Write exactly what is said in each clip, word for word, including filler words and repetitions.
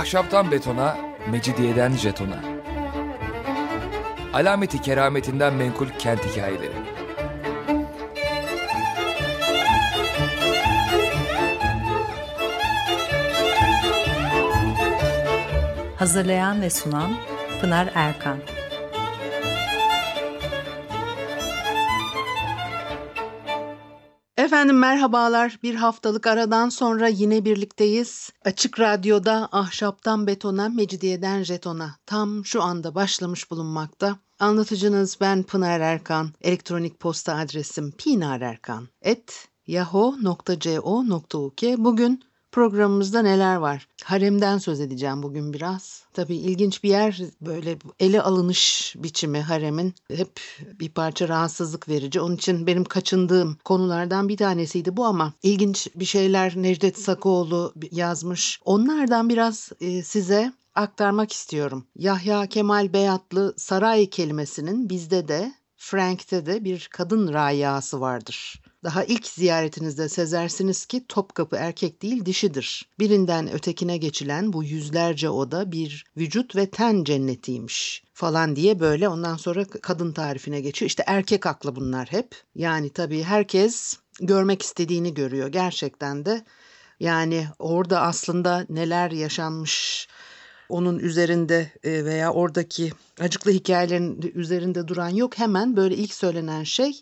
Ahşaptan betona, mecidiyeden jetona. Alameti kerametinden menkul kent hikayeleri. Hazırlayan ve sunan Pınar Erkan. Efendim merhabalar. Bir haftalık aradan sonra yine birlikteyiz. Açık Radyo'da Ahşaptan Betona, Mecidiyeden Jeton'a tam şu anda başlamış bulunmakta. Anlatıcınız ben Pınar Erkan. Elektronik posta adresim pinarerkan at yahoo nokta co nokta uk. Bugün programımızda neler var? Haremden söz edeceğim bugün biraz. Tabii ilginç bir yer, böyle ele alınış biçimi haremin hep bir parça rahatsızlık verici. Onun için benim kaçındığım konulardan bir tanesiydi bu, ama ilginç bir şeyler Necdet Sakoğlu yazmış. Onlardan biraz e, size aktarmak istiyorum. Yahya Kemal Beyatlı saray kelimesinin bizde de Frank'te de bir kadın rayası vardır. Daha ilk ziyaretinizde sezersiniz ki Topkapı erkek değil dişidir. Birinden ötekine geçilen bu yüzlerce oda bir vücut ve ten cennetiymiş falan diye, böyle ondan sonra kadın tarifine geçiyor. İşte erkek aklı bunlar hep. Yani tabii herkes görmek istediğini görüyor gerçekten de. Yani orada aslında neler yaşanmış, onun üzerinde veya oradaki acıklı hikayelerin üzerinde duran yok. Hemen böyle ilk söylenen şey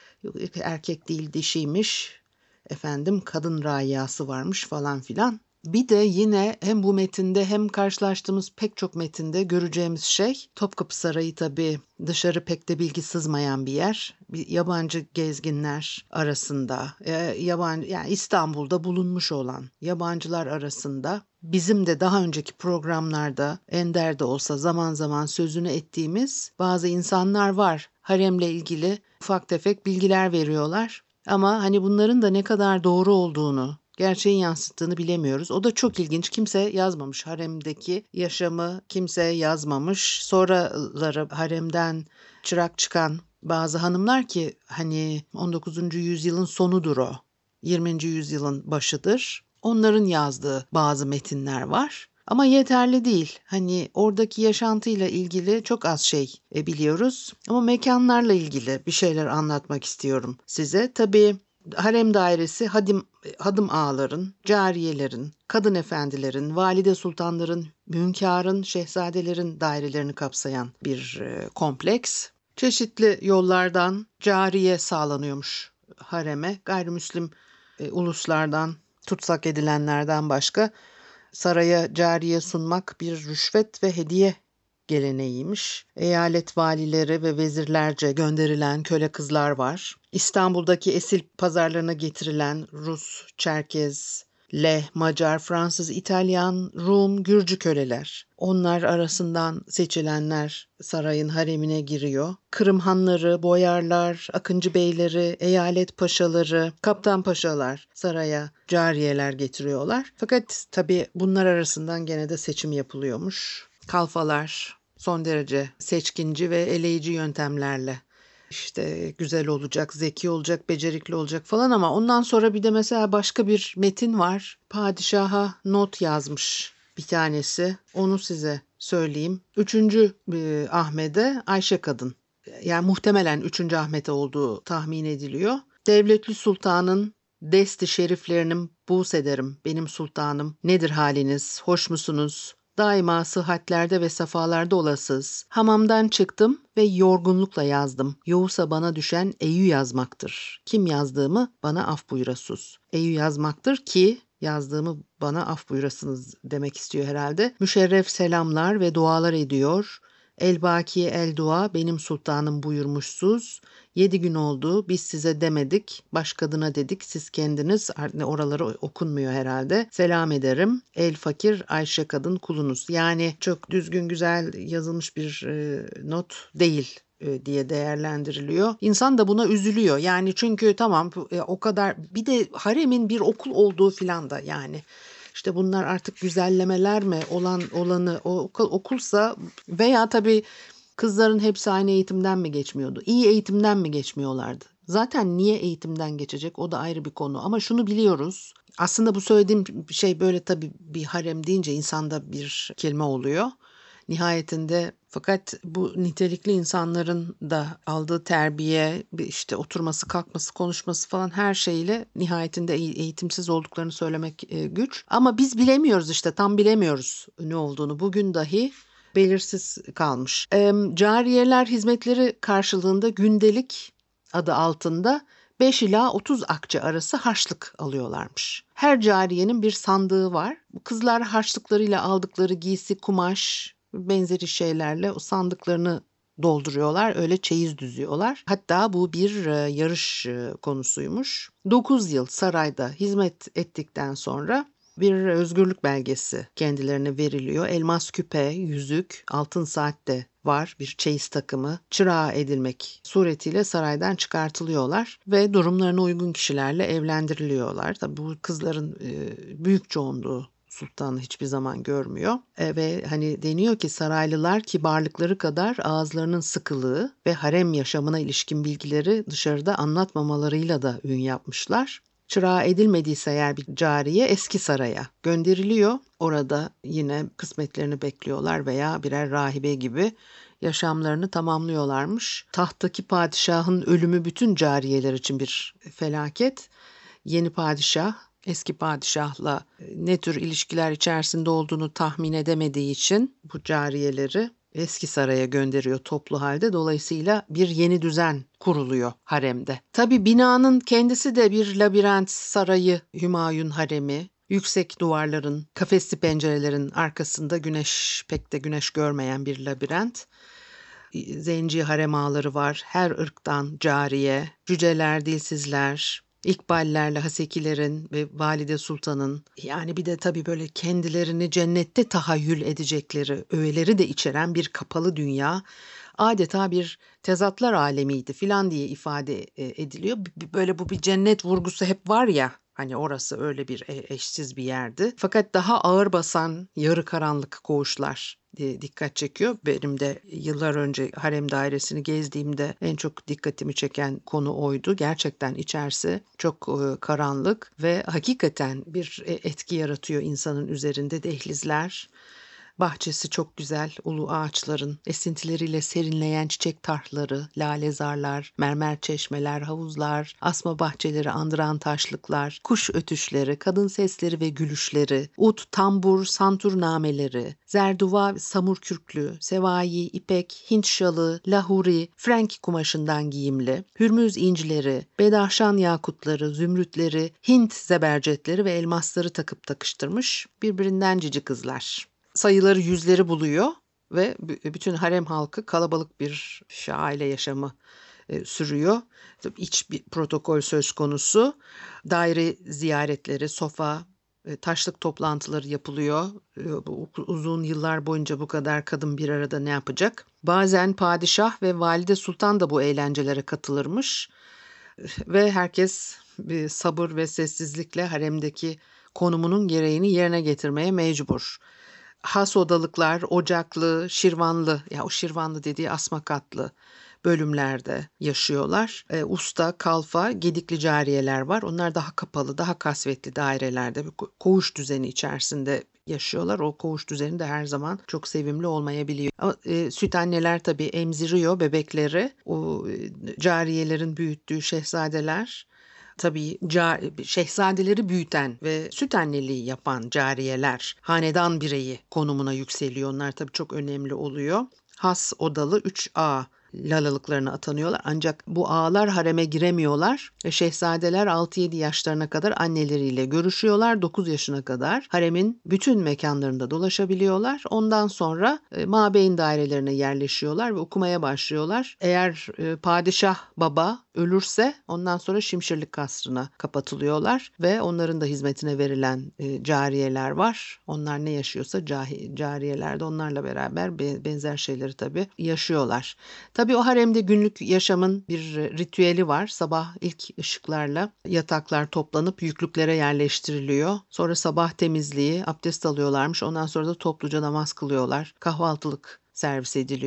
erkek değil dişiymiş, efendim kadın rayası varmış falan filan. Bir de yine hem bu metinde hem karşılaştığımız pek çok metinde göreceğimiz şey, Topkapı Sarayı tabii dışarı pek de bilgi sızmayan bir yer. Bir yabancı gezginler arasında, e, yabancı yani İstanbul'da bulunmuş olan yabancılar arasında bizim de daha önceki programlarda ender de olsa zaman zaman sözünü ettiğimiz bazı insanlar var. Haremle ilgili ufak tefek bilgiler veriyorlar. Ama hani bunların da ne kadar doğru olduğunu, gerçeğin yansıttığını bilemiyoruz. O da çok ilginç. Kimse yazmamış. Haremdeki yaşamı kimse yazmamış. Sonraları haremden çırak çıkan bazı hanımlar ki hani on dokuzuncu yüzyılın sonudur o. yirminci yüzyılın başıdır. Onların yazdığı bazı metinler var. Ama yeterli değil. Hani oradaki yaşantıyla ilgili çok az şey e, biliyoruz. Ama mekanlarla ilgili bir şeyler anlatmak istiyorum size. Tabii harem dairesi hadim, hadım ağaların, cariyelerin, kadın efendilerin, valide sultanların, hünkârın, şehzadelerin dairelerini kapsayan bir e, kompleks. Çeşitli yollardan cariye sağlanıyormuş hareme. Gayrimüslim e, uluslardan, tutsak edilenlerden başka saraya cariye sunmak bir rüşvet ve hediye geleneğiymiş. Eyalet valileri ve vezirlerce gönderilen köle kızlar var. İstanbul'daki esir pazarlarına getirilen Rus, Çerkez, Leh, Macar, Fransız, İtalyan, Rum, Gürcü köleler. Onlar arasından seçilenler sarayın haremine giriyor. Kırım hanları, boyarlar, akıncı beyleri, eyalet paşaları, kaptan paşalar saraya cariyeler getiriyorlar. Fakat tabii bunlar arasından gene de seçim yapılıyormuş. Kalfalar son derece seçkinci ve eleyici yöntemlerle İşte güzel olacak, zeki olacak, becerikli olacak falan, ama ondan sonra bir de mesela başka bir metin var. Padişaha not yazmış bir tanesi. Onu size söyleyeyim. Üçüncü e, Ahmet'e Ayşe kadın. Yani muhtemelen üçüncü Ahmet'e olduğu tahmin ediliyor. Devletli sultanın desti şeriflerinin buğz ederim benim sultanım. Nedir haliniz? Hoş musunuz? Daima sıhhatlerde ve safalarda olasız. Hamamdan çıktım ve yorgunlukla yazdım. Yoğusa bana düşen eyü yazmaktır. Kim yazdığımı bana af buyurasız. Eyü yazmaktır ki yazdığımı bana af buyurasınız demek istiyor herhalde. Müşerref selamlar ve dualar ediyor. El-Baki el-Dua benim sultanım buyurmuşsuz. Yedi gün oldu biz size demedik. Baş kadına dedik siz kendiniz. Oraları okunmuyor herhalde. Selam ederim. El fakir Ayşe kadın kulunuz. Yani çok düzgün güzel yazılmış bir e, not değil e, diye değerlendiriliyor. İnsan da buna üzülüyor. Yani çünkü tamam e, o kadar, bir de haremin bir okul olduğu filan da yani. İşte bunlar artık güzellemeler mi olan olanı o okul, okulsa veya tabii kızların hepsi aynı eğitimden mi geçmiyordu? İyi eğitimden mi geçmiyorlardı? Zaten niye eğitimden geçecek, o da ayrı bir konu. Ama şunu biliyoruz. Aslında bu söylediğim şey böyle tabii bir harem deyince insanda bir kelime oluyor. Nihayetinde fakat bu nitelikli insanların da aldığı terbiye, işte oturması, kalkması, konuşması falan her şeyle nihayetinde eğitimsiz olduklarını söylemek e, güç. Ama biz bilemiyoruz, işte tam bilemiyoruz ne olduğunu. Bugün dahi belirsiz kalmış. E, cariyeler hizmetleri karşılığında gündelik adı altında beş ila otuz akçe arası harçlık alıyorlarmış. Her cariyenin bir sandığı var. Bu kızlar harçlıklarıyla aldıkları giysi, kumaş, benzeri şeylerle o sandıklarını dolduruyorlar. Öyle çeyiz düzüyorlar. Hatta bu bir e, yarış e, konusuymuş. dokuz yıl sarayda hizmet ettikten sonra bir özgürlük belgesi kendilerine veriliyor. Elmas küpe, yüzük, altın saat de var. Bir çeyiz takımı çırağı edilmek suretiyle saraydan çıkartılıyorlar ve durumlarına uygun kişilerle evlendiriliyorlar. Tabii bu kızların e, büyük çoğunluğu sultanı hiçbir zaman görmüyor. E, ve hani deniyor ki saraylılar kibarlıkları kadar ağızlarının sıkılığı ve harem yaşamına ilişkin bilgileri dışarıda anlatmamalarıyla da ün yapmışlar. Çırağı edilmediyse eğer bir cariye eski saraya gönderiliyor. Orada yine kısmetlerini bekliyorlar veya birer rahibe gibi yaşamlarını tamamlıyorlarmış. Tahttaki padişahın ölümü bütün cariyeler için bir felaket. Yeni padişah eski padişahla ne tür ilişkiler içerisinde olduğunu tahmin edemediği için bu cariyeleri eski saraya gönderiyor toplu halde. Dolayısıyla bir yeni düzen kuruluyor haremde. Tabii binanın kendisi de bir labirent sarayı, Hümayun haremi. Yüksek duvarların, kafesli pencerelerin arkasında güneş pek de güneş görmeyen bir labirent. Zenci harem ağaları var. Her ırktan cariye, cüceler, dilsizler, İkballerle Hasekilerin ve Valide Sultan'ın, yani bir de tabii böyle kendilerini cennette tahayyül edecekleri öğeleri de içeren bir kapalı dünya, adeta bir tezatlar alemiydi filan diye ifade ediliyor. Böyle bu bir cennet vurgusu hep var ya, hani orası öyle bir eşsiz bir yerdi. Fakat daha ağır basan yarı karanlık koğuşlar dikkat çekiyor. Benim de yıllar önce harem dairesini gezdiğimde en çok dikkatimi çeken konu oydu. Gerçekten içerisi çok karanlık ve hakikaten bir etki yaratıyor insanın üzerinde. Dehlizler, bahçesi çok güzel, ulu ağaçların esintileriyle serinleyen çiçek tarhları, lalezarlar, mermer çeşmeler, havuzlar, asma bahçeleri andıran taşlıklar, kuş ötüşleri, kadın sesleri ve gülüşleri, ut, tambur, santur nameleri, zerduva, samur kürklü, sevayi, ipek, Hint şalı, lahuri, Frank kumaşından giyimli, hürmüz incileri, bedahşan yakutları, zümrütleri, Hint zebercetleri ve elmasları takıp takıştırmış birbirinden cici kızlar. Sayıları yüzleri buluyor ve bütün harem halkı kalabalık bir aile yaşamı e, sürüyor. İç bir protokol söz konusu. Daire ziyaretleri, sofa, e, taşlık toplantıları yapılıyor. E, bu, uzun yıllar boyunca bu kadar kadın bir arada ne yapacak? Bazen padişah ve valide sultan da bu eğlencelere katılırmış. Ve herkes bir sabır ve sessizlikle haremdeki konumunun gereğini yerine getirmeye mecbur. Has odalıklar, ocaklı, şirvanlı, ya o şirvanlı dediği asma katlı bölümlerde yaşıyorlar. E, usta, kalfa, gedikli cariyeler var. Onlar daha kapalı, daha kasvetli dairelerde, bir koğuş düzeni içerisinde yaşıyorlar. O koğuş düzeni de her zaman çok sevimli olmayabiliyor. Ama, e, süt anneler tabii emziriyor bebekleri. O e, cariyelerin büyüttüğü şehzadeler, tabii şehzadeleri büyüten ve süt anneliği yapan cariyeler hanedan bireyi konumuna yükseliyor. Onlar tabii çok önemli oluyor. Has odalı üç ağa lalalıklarına atanıyorlar. Ancak bu ağalar hareme giremiyorlar. Ve şehzadeler altı yedi yaşlarına kadar anneleriyle görüşüyorlar. dokuz yaşına kadar haremin bütün mekanlarında dolaşabiliyorlar. Ondan sonra e, mabeyin dairelerine yerleşiyorlar ve okumaya başlıyorlar. Eğer e, padişah baba ölürse ondan sonra Şimşirlik Kasrı'na kapatılıyorlar ve onların da hizmetine verilen e, cariyeler var. Onlar ne yaşıyorsa cahi, cariyeler de onlarla beraber be, benzer şeyleri tabii yaşıyorlar. Tabii o haremde günlük yaşamın bir ritüeli var. Sabah ilk ışıklarla yataklar toplanıp yüklüklere yerleştiriliyor. Sonra sabah temizliği, abdest alıyorlarmış. Ondan sonra da topluca namaz kılıyorlar. Kahvaltılık servis ediliyor.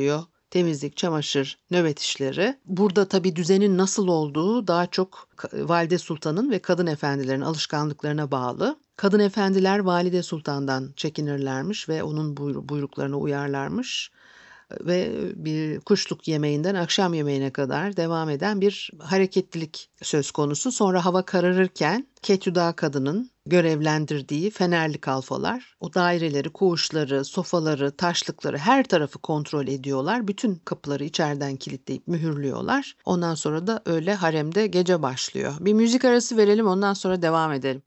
temizlik, çamaşır, nöbet işleri. Burada tabii düzenin nasıl olduğu daha çok Valide Sultan'ın ve kadın efendilerin alışkanlıklarına bağlı. Kadın efendiler Valide Sultan'dan çekinirlermiş ve onun buyruklarına uyarlarmış. Ve bir kuşluk yemeğinden akşam yemeğine kadar devam eden bir hareketlilik söz konusu. Sonra hava kararırken Ketüda kadının görevlendirdiği fenerli kalfalar o daireleri, koğuşları, sofaları, taşlıkları her tarafı kontrol ediyorlar. Bütün kapıları içeriden kilitleyip mühürlüyorlar. Ondan sonra da öyle haremde gece başlıyor. Bir müzik arası verelim, ondan sonra devam edelim.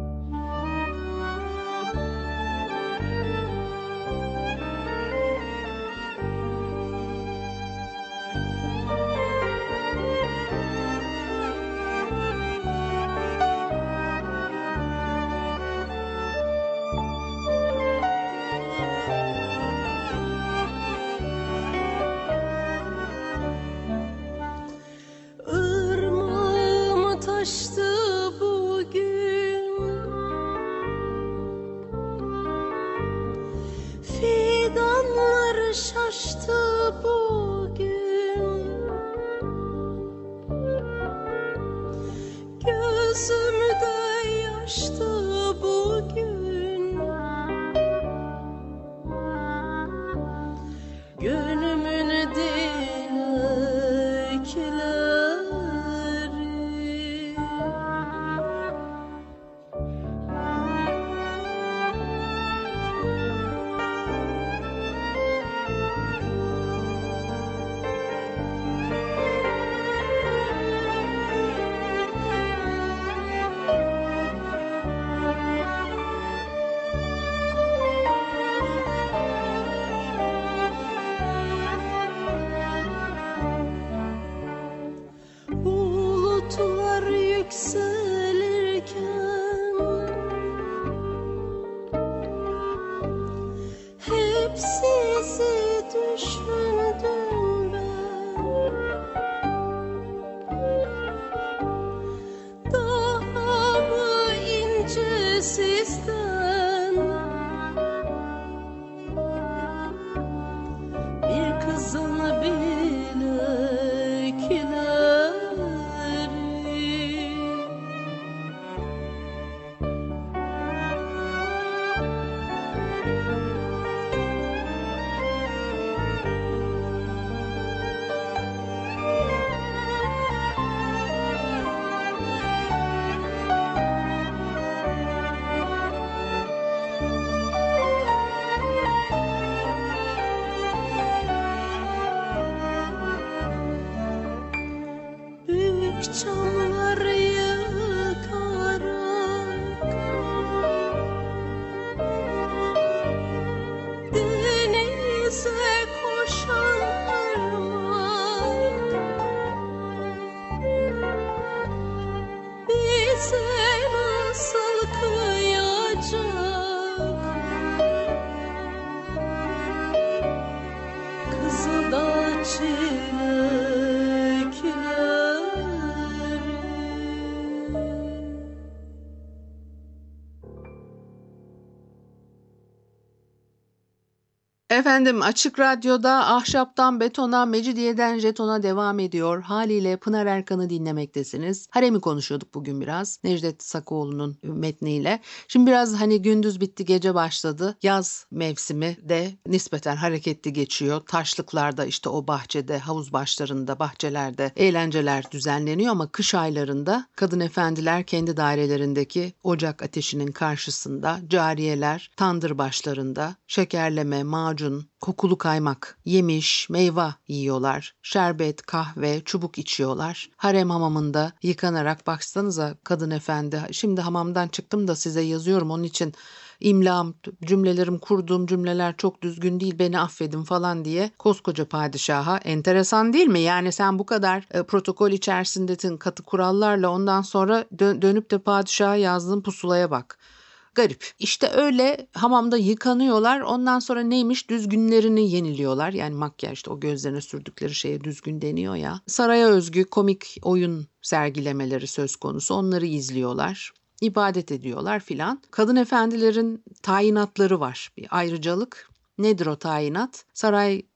Şaştı bugün, gözümde yaştı bugün, gönlümün dilekleri. Bulutlar yükselirken hep sizi düşündüm ben. Daha mı ince sizden bir kızın bilekleri. Büyük çamlar yıkarak denize koşan ırmak bize nasıl kıyacak? Kızıldağ çilekleri. Efendim, Açık Radyo'da Ahşaptan Betona, Mecidiyeden Jeton'a devam ediyor. Haliyle Pınar Erkan'ı dinlemektesiniz. Harem'i konuşuyorduk bugün biraz. Necdet Sakoğlu'nun metniyle. Şimdi biraz hani gündüz bitti, gece başladı. Yaz mevsimi de nispeten hareketli geçiyor. Taşlıklarda, işte o bahçede, havuz başlarında, bahçelerde eğlenceler düzenleniyor ama kış aylarında kadın efendiler kendi dairelerindeki ocak ateşinin karşısında, cariyeler tandır başlarında şekerleme, macun, kokulu kaymak, yemiş, meyve yiyorlar. Şerbet, kahve, çubuk içiyorlar. Harem hamamında yıkanarak, baksanıza kadın efendi, şimdi hamamdan çıktım da size yazıyorum, onun için imlam, cümlelerim, kurduğum cümleler çok düzgün değil, beni affedin falan diye koskoca padişaha. Enteresan değil mi? Yani sen bu kadar e, protokol içerisindesin, katı kurallarla, ondan sonra dö- dönüp de padişaha yazdığın pusulaya bak. Garip. İşte öyle hamamda yıkanıyorlar. Ondan sonra neymiş? Düzgünlerini yeniliyorlar. Yani makyaj, işte o gözlerine sürdükleri şeye düzgün deniyor ya. Saraya özgü komik oyun sergilemeleri söz konusu. Onları izliyorlar. İbadet ediyorlar filan. Kadın efendilerin tayinatları var. Bir ayrıcalık. Nedir o tayinat? Saray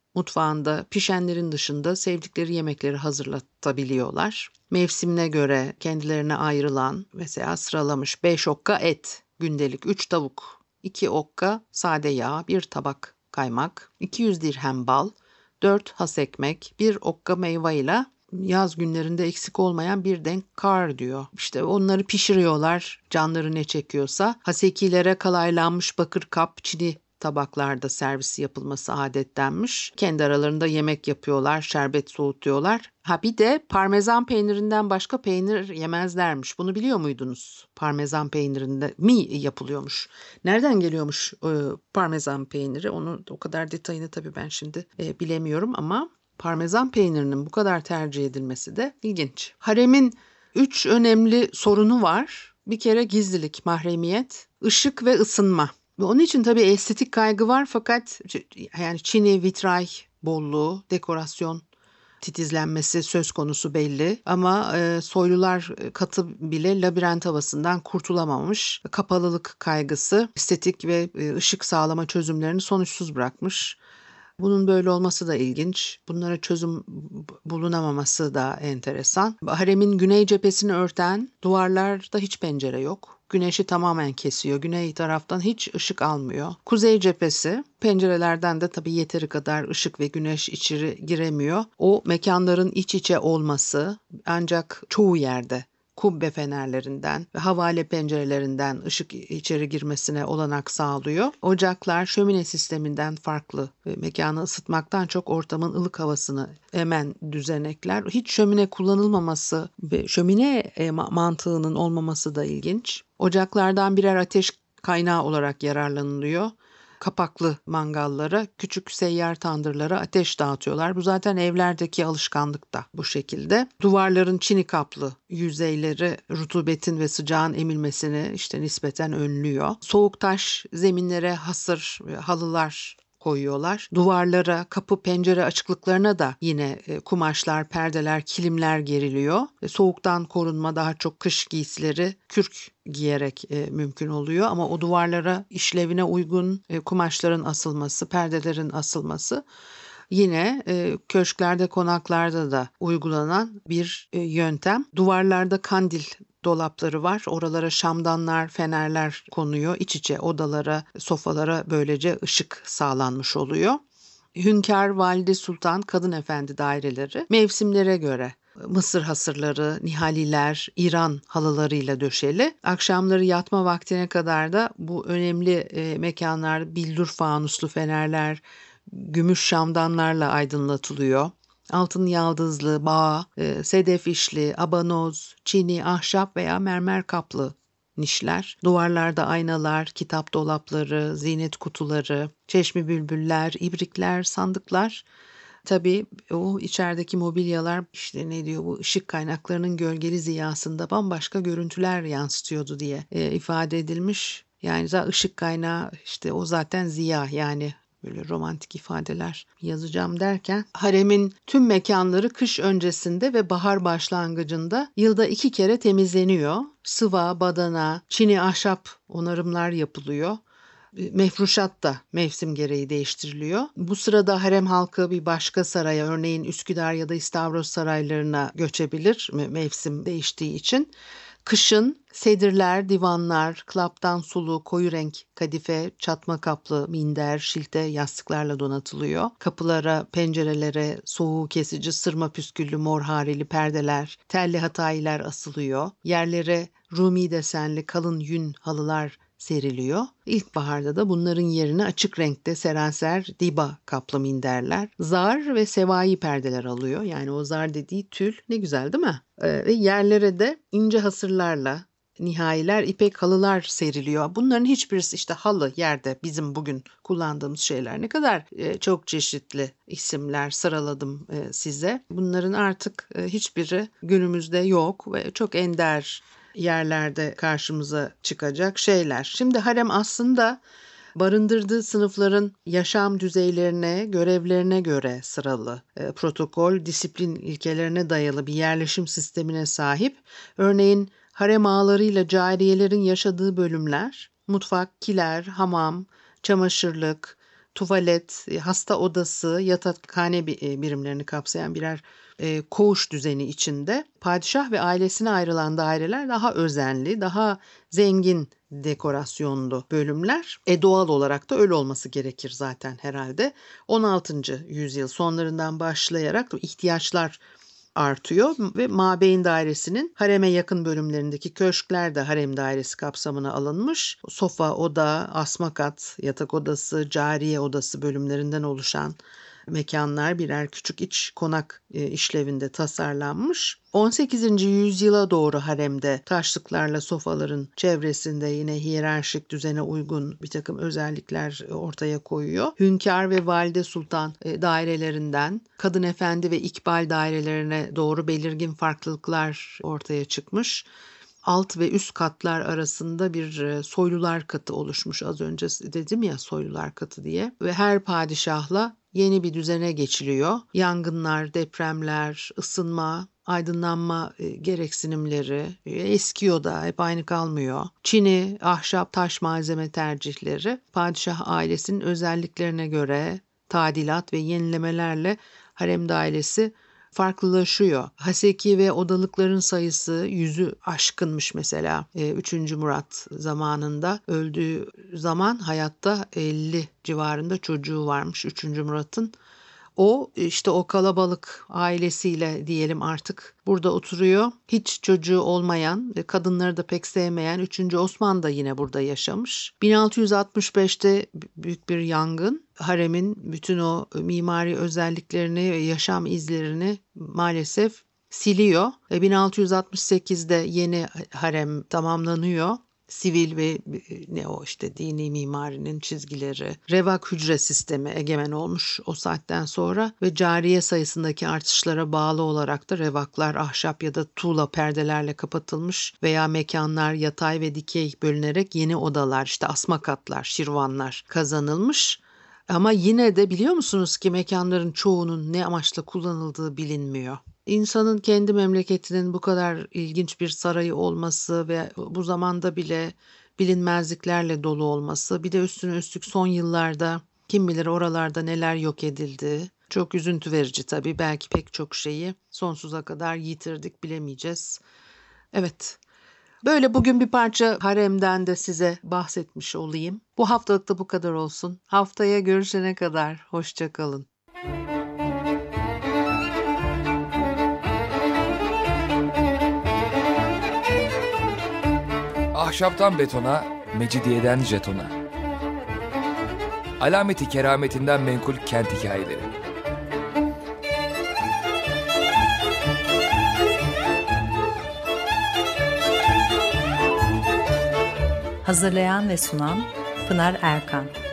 mutfağında pişenlerin dışında sevdikleri yemekleri hazırlatabiliyorlar. Mevsimine göre kendilerine ayrılan, mesela sıralamış beş okka et, gündelik üç tavuk, iki okka sade yağ, bir tabak kaymak, iki yüz dirhem bal, dört has ekmek, bir okka meyve ile yaz günlerinde eksik olmayan bir denk kar diyor. İşte onları pişiriyorlar, canları ne çekiyorsa. Hasekilere kalaylanmış bakır kap, çini tabaklarda servisi yapılması adettenmiş. Kendi aralarında yemek yapıyorlar, şerbet soğutuyorlar. Ha bir de parmesan peynirinden başka peynir yemezlermiş. Bunu biliyor muydunuz? Parmesan peynirinde mi yapılıyormuş? Nereden geliyormuş e, parmesan peyniri? Onu o kadar detayını tabii ben şimdi e, bilemiyorum ama parmesan peynirinin bu kadar tercih edilmesi de ilginç. Haremin üç önemli sorunu var. Bir kere gizlilik, mahremiyet, ışık ve ısınma. Ve onun için tabii estetik kaygı var fakat yani çini, vitray bolluğu, dekorasyon titizlenmesi söz konusu belli. Ama e, soylular katı bile labirent havasından kurtulamamış. Kapalılık kaygısı estetik ve e, ışık sağlama çözümlerini sonuçsuz bırakmış. Bunun böyle olması da ilginç. Bunlara çözüm bulunamaması da enteresan. Haremin güney cephesini örten duvarlarda hiç pencere yok. Güneşi tamamen kesiyor. Güney taraftan hiç ışık almıyor. Kuzey cephesi pencerelerden de tabii yeteri kadar ışık ve güneş içeri giremiyor. O mekanların iç içe olması ancak çoğu yerde kubbe fenerlerinden ve havale pencerelerinden ışık içeri girmesine olanak sağlıyor. Ocaklar şömine sisteminden farklı. Mekanı ısıtmaktan çok ortamın ılık havasını emen düzenekler. Hiç şömine kullanılmaması ve şömine mantığının olmaması da ilginç. Ocaklardan birer ateş kaynağı olarak yararlanılıyor. Kapaklı mangallara, küçük seyyar tandırlara ateş dağıtıyorlar. Bu zaten evlerdeki alışkanlık da bu şekilde. Duvarların çini kaplı yüzeyleri rutubetin ve sıcağın emilmesini işte nispeten önlüyor. Soğuk taş zeminlere hasır halılar koyuyorlar. Duvarlara, kapı, pencere açıklıklarına da yine kumaşlar, perdeler, kilimler geriliyor. Soğuktan korunma daha çok kış giysileri kürk giyerek e, mümkün oluyor ama o duvarlara işlevine uygun e, kumaşların asılması, perdelerin asılması yine e, köşklerde, konaklarda da uygulanan bir e, yöntem. Duvarlarda kandil dolapları var. Oralara şamdanlar, fenerler konuyor. İç içe odalara, sofalara böylece ışık sağlanmış oluyor. Hünkâr, valide sultan, kadın efendi daireleri mevsimlere göre Mısır hasırları, nihaliler, İran halılarıyla döşeli. Akşamları yatma vaktine kadar da bu önemli e, mekanlar billur fanuslu fenerler, gümüş şamdanlarla aydınlatılıyor. Altın yaldızlı, bağ, e, sedef işli, abanoz, çini, ahşap veya mermer kaplı nişler. Duvarlarda aynalar, kitap dolapları, zinet kutuları, çeşmi bülbüller, ibrikler, sandıklar. Tabii o içerideki mobilyalar işte ne diyor bu ışık kaynaklarının gölgeli ziyasında bambaşka görüntüler yansıtıyordu diye e, ifade edilmiş. Yani zaten ışık kaynağı işte o zaten ziya yani böyle romantik ifadeler yazacağım derken haremin tüm mekanları kış öncesinde ve bahar başlangıcında yılda iki kere temizleniyor. Sıva, badana, çini ahşap onarımlar yapılıyor. Mefruşat da mevsim gereği değiştiriliyor. Bu sırada harem halkı bir başka saraya, örneğin Üsküdar ya da İstavros saraylarına göçebilir mevsim değiştiği için. Kışın sedirler, divanlar, klaptan sulu, koyu renk kadife, çatma kaplı minder, şilte, yastıklarla donatılıyor. Kapılara, pencerelere soğuğu kesici sırma püsküllü mor hareli perdeler, telli hatayiler asılıyor. Yerlere Rumi desenli kalın yün halılar seriliyor. İlkbaharda da bunların yerine açık renkte seranser diba kaplı minderler, zar ve sevai perdeler alıyor. Yani o zar dediği tül ne güzel değil mi? Ee, ve yerlere de ince hasırlarla nihailer, ipek halılar seriliyor. Bunların hiçbirisi işte halı yerde bizim bugün kullandığımız şeyler. Ne kadar e, çok çeşitli isimler sıraladım e, size. Bunların artık e, hiçbiri günümüzde yok ve çok ender yerlerde karşımıza çıkacak şeyler. Şimdi harem aslında barındırdığı sınıfların yaşam düzeylerine, görevlerine göre sıralı, e, protokol, disiplin ilkelerine dayalı bir yerleşim sistemine sahip. Örneğin harem ağalarıyla cariyelerin yaşadığı bölümler, mutfak, kiler, hamam, çamaşırlık, tuvalet, e, hasta odası, yatakhane bi- e, birimlerini kapsayan birer e, koğuş düzeni içinde padişah ve ailesine ayrılan daireler daha özenli, daha zengin dekorasyonlu bölümler. E doğal olarak da öyle olması gerekir zaten herhalde. on altıncı yüzyıl sonlarından başlayarak ihtiyaçlar artıyor ve Mabeyn Dairesi'nin hareme yakın bölümlerindeki köşkler de harem dairesi kapsamına alınmış. Sofa, oda, asma kat, yatak odası, cariye odası bölümlerinden oluşan mekanlar birer küçük iç konak e, işlevinde tasarlanmış. on sekizinci yüzyıla doğru haremde taşlıklarla sofaların çevresinde yine hiyerarşik düzene uygun bir takım özellikler ortaya koyuyor. Hünkâr ve valide sultan e, dairelerinden kadın efendi ve ikbal dairelerine doğru belirgin farklılıklar ortaya çıkmış. Alt ve üst katlar arasında bir e, soylular katı oluşmuş. Az önce dedim ya soylular katı diye. Ve her padişahla yeni bir düzene geçiliyor. Yangınlar, depremler, ısınma, aydınlanma e, gereksinimleri e, eskiyor da hep aynı kalmıyor. Çini, ahşap, taş malzeme tercihleri padişah ailesinin özelliklerine göre tadilat ve yenilemelerle harem dairesi farklılaşıyor. Haseki ve odalıkların sayısı yüzü aşkınmış mesela. üçüncü Murat zamanında öldüğü zaman hayatta elli civarında çocuğu varmış üçüncü Murat'ın. O işte o kalabalık ailesiyle diyelim artık burada oturuyor. Hiç çocuğu olmayan, kadınları da pek sevmeyen üçüncü Osman da yine burada yaşamış. bin altı yüz altmış beşte büyük bir yangın haremin bütün o mimari özelliklerini, yaşam izlerini maalesef siliyor. bin altı yüz altmış sekizde yeni harem tamamlanıyor. Sivil ve ne o işte dini mimarinin çizgileri, revak hücre sistemi egemen olmuş o saatten sonra ve cariye sayısındaki artışlara bağlı olarak da revaklar ahşap ya da tuğla perdelerle kapatılmış veya mekanlar yatay ve dikey bölünerek yeni odalar işte asma katlar, şirvanlar kazanılmış. Ama yine de biliyor musunuz ki mekanların çoğunun ne amaçla kullanıldığı bilinmiyor. İnsanın kendi memleketinin bu kadar ilginç bir sarayı olması ve bu zamanda bile bilinmezliklerle dolu olması, bir de üstüne üstlük son yıllarda kim bilir oralarda neler yok edildi. Çok üzüntü verici tabii. Belki pek çok şeyi sonsuza kadar yitirdik, bilemeyeceğiz. Evet. Böyle bugün bir parça haremden de size bahsetmiş olayım. Bu haftalık da bu kadar olsun. Haftaya görüşene kadar hoşça kalın. Ahşaptan betona, mecidiyeden jetona. Alameti kerametinden menkul kent hikayeleri. Hazırlayan ve sunan Pınar Erkan.